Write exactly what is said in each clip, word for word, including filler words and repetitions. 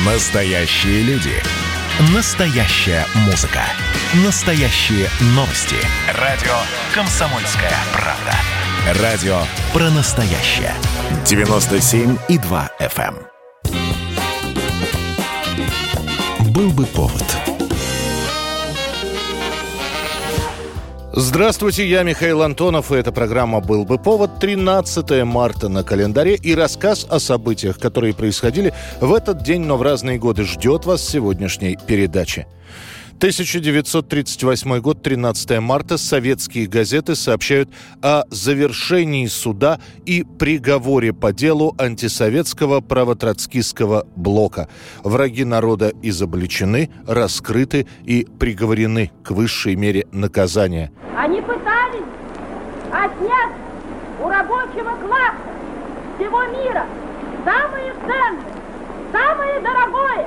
Настоящие люди. Настоящая музыка. Настоящие новости. Радио «Комсомольская правда». Радио про настоящее. девяносто семь и два эф эм. Был бы повод. Здравствуйте, я Михаил Антонов, и эта программа «Был бы повод». тринадцатое марта на календаре, и рассказ о событиях, которые происходили в этот день, но в разные годы, ждет вас в сегодняшней передаче. тысяча девятьсот тридцать восьмой год, тринадцатое марта, советские газеты сообщают о завершении суда и приговоре по делу антисоветского правотроцкистского блока. Враги народа изобличены, раскрыты и приговорены к высшей мере наказания. Они пытались отнять у рабочего класса всего мира самое ценное, самое дорогое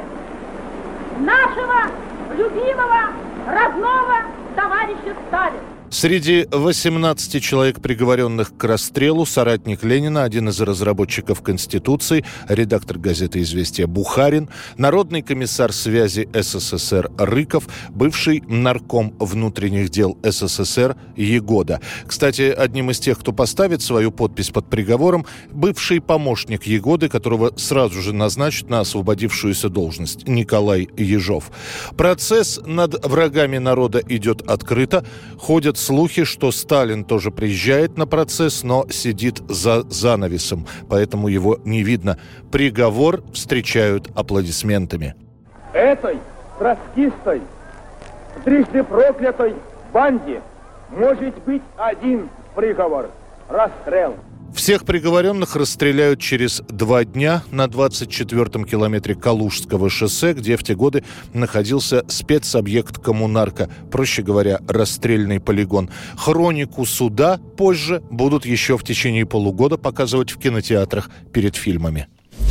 нашего любимого, родного товарища Сталина. Среди восемнадцати человек, приговоренных к расстрелу, соратник Ленина, один из разработчиков Конституции, редактор газеты «Известия» Бухарин, народный комиссар связи эс эс эс эр Рыков, бывший нарком внутренних дел эс эс эс эр Егода. Кстати, одним из тех, кто поставит свою подпись под приговором, бывший помощник Егоды, которого сразу же назначат на освободившуюся должность, Николай Ежов. Процесс над врагами народа идет открыто. Ходят слухи, что Сталин тоже приезжает на процесс, но сидит за занавесом, поэтому его не видно. Приговор встречают аплодисментами. Этой троцкистой, трижды проклятой банде может быть один приговор – расстрел. Всех приговоренных расстреляют через два дня на двадцать четвёртом километре Калужского шоссе, где в те годы находился спецобъект коммунарка, проще говоря, расстрельный полигон. Хронику суда позже будут еще в течение полугода показывать в кинотеатрах перед фильмами.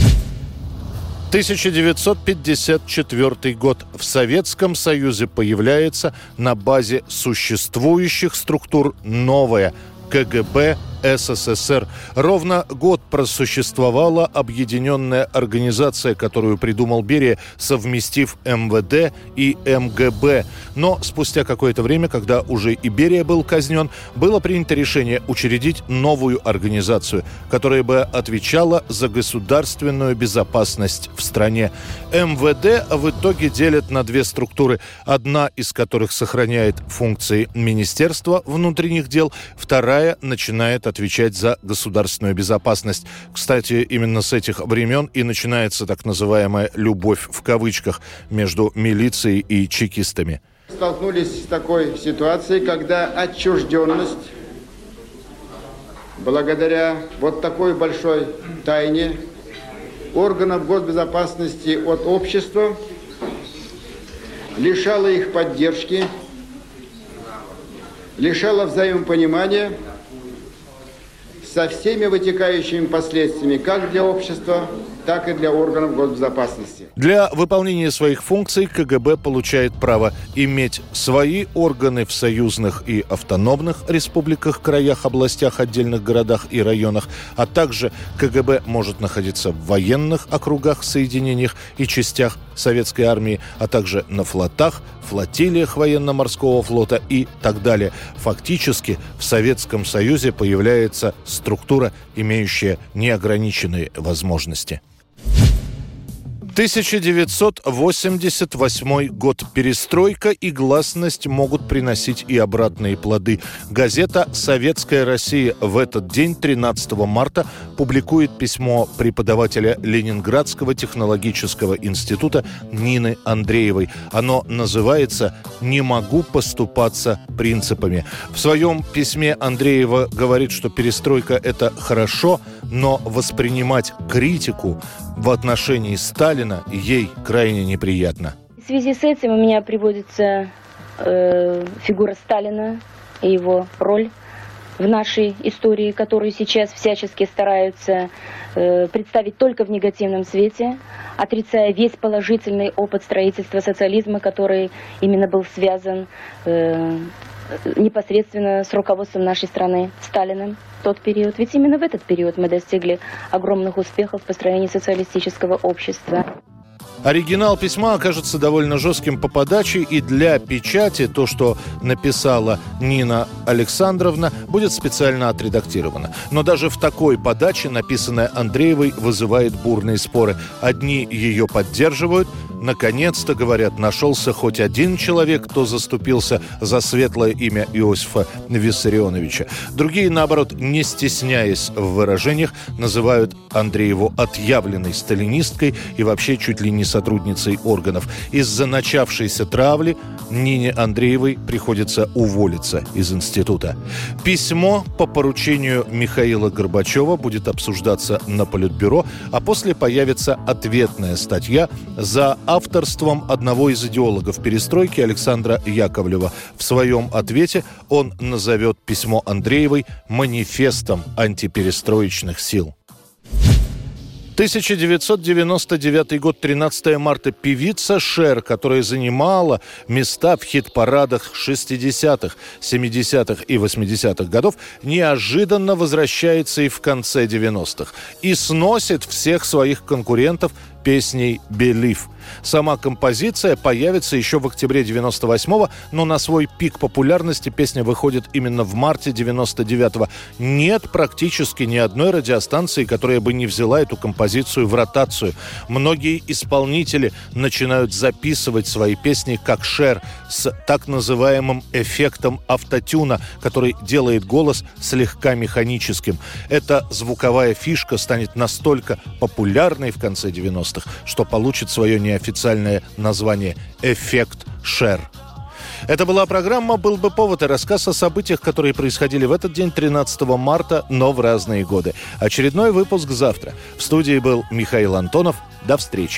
тысяча девятьсот пятьдесят четвёртый год. В Советском Союзе появляется на базе существующих структур новая ка гэ бэ эс эс эс эр. Ровно год просуществовала объединенная организация, которую придумал Берия, совместив эм вэ дэ и эм гэ бэ. Но спустя какое-то время, когда уже и Берия был казнен, было принято решение учредить новую организацию, которая бы отвечала за государственную безопасность в стране. эм вэ дэ в итоге делят на две структуры, одна из которых сохраняет функции Министерства внутренних дел, вторая начинает отвечать за государственную безопасность. Кстати, именно с этих времен и начинается так называемая «любовь» в кавычках между милицией и чекистами. Столкнулись с такой ситуацией, когда отчужденность, благодаря вот такой большой тайне органов госбезопасности от общества, лишала их поддержки, лишала взаимопонимания со всеми вытекающими последствиями как для общества, так и для органов госбезопасности. Для выполнения своих функций ка гэ бэ получает право иметь свои органы в союзных и автономных республиках, краях, областях, отдельных городах и районах, а также ка гэ бэ может находиться в военных округах, соединениях и частях советской армии, а также на флотах, флотилиях военно-морского флота и так далее. Фактически в Советском Союзе появляется структура, имеющая неограниченные возможности. тысяча девятьсот восемьдесят восьмой год. Перестройка и гласность могут приносить и обратные плоды. Газета «Советская Россия» в этот день, тринадцатого марта, публикует письмо преподавателя Ленинградского технологического института Нины Андреевой. Оно называется «Не могу поступаться принципами». В своем письме Андреева говорит, что перестройка – это хорошо, но воспринимать критику в отношении Сталина ей крайне неприятно. В связи с этим у меня приводится э, фигура Сталина и его роль в нашей истории, которую сейчас всячески стараются э, представить только в негативном свете, отрицая весь положительный опыт строительства социализма, который именно был связан э, непосредственно с руководством нашей страны Сталиным в тот период. Ведь именно в этот период мы достигли огромных успехов в построении социалистического общества. Оригинал письма окажется довольно жестким по подаче, и для печати то, что написала Нина Александровна, будет специально отредактировано. Но даже в такой подаче, написанная Андреевой, вызывает бурные споры. Одни ее поддерживают. Наконец-то, говорят, нашелся хоть один человек, кто заступился за светлое имя Иосифа Виссарионовича. Другие, наоборот, не стесняясь в выражениях, называют Андрееву отъявленной сталинисткой и вообще чуть ли не сотрудницей органов. Из-за начавшейся травли Нине Андреевой приходится уволиться из института. Письмо по поручению Михаила Горбачева будет обсуждаться на Политбюро, а после появится ответная статья за авторством одного из идеологов перестройки Александра Яковлева. В своем ответе он назовет письмо Андреевой манифестом антиперестроечных сил. тысяча девятьсот девяносто девятый год, тринадцатое марта. Певица Шер, которая занимала места в хит-парадах шестидесятых, семидесятых и восьмидесятых годов, неожиданно возвращается и в конце девяностых. И сносит всех своих конкурентов песней «Believe». Сама композиция появится еще в октябре девяносто восьмого, но на свой пик популярности песня выходит именно в марте девяносто девятого. Нет практически ни одной радиостанции, которая бы не взяла эту композицию в ротацию. Многие исполнители начинают записывать свои песни как Шер, с так называемым эффектом автотюна, который делает голос слегка механическим. Эта звуковая фишка станет настолько популярной в конце девяностых, что получит свое неофициальное название «Эффект Шер». Это была программа «Был бы повод» и рассказ о событиях, которые происходили в этот день, тринадцатого марта, но в разные годы. Очередной выпуск завтра. В студии был Михаил Антонов. До встречи.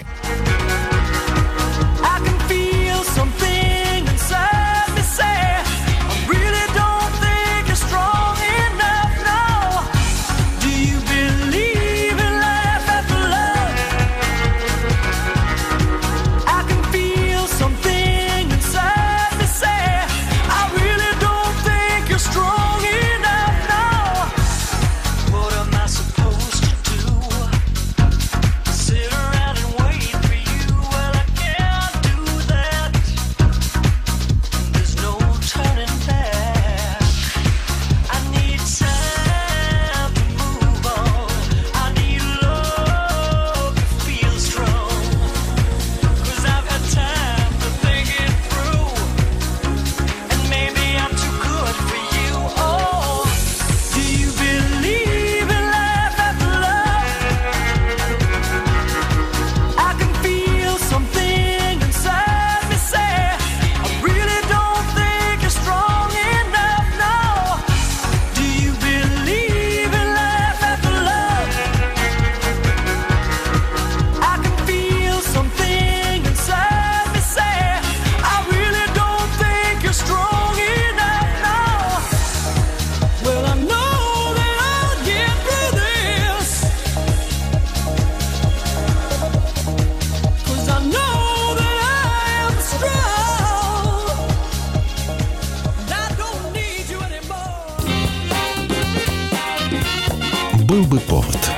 «Был бы повод».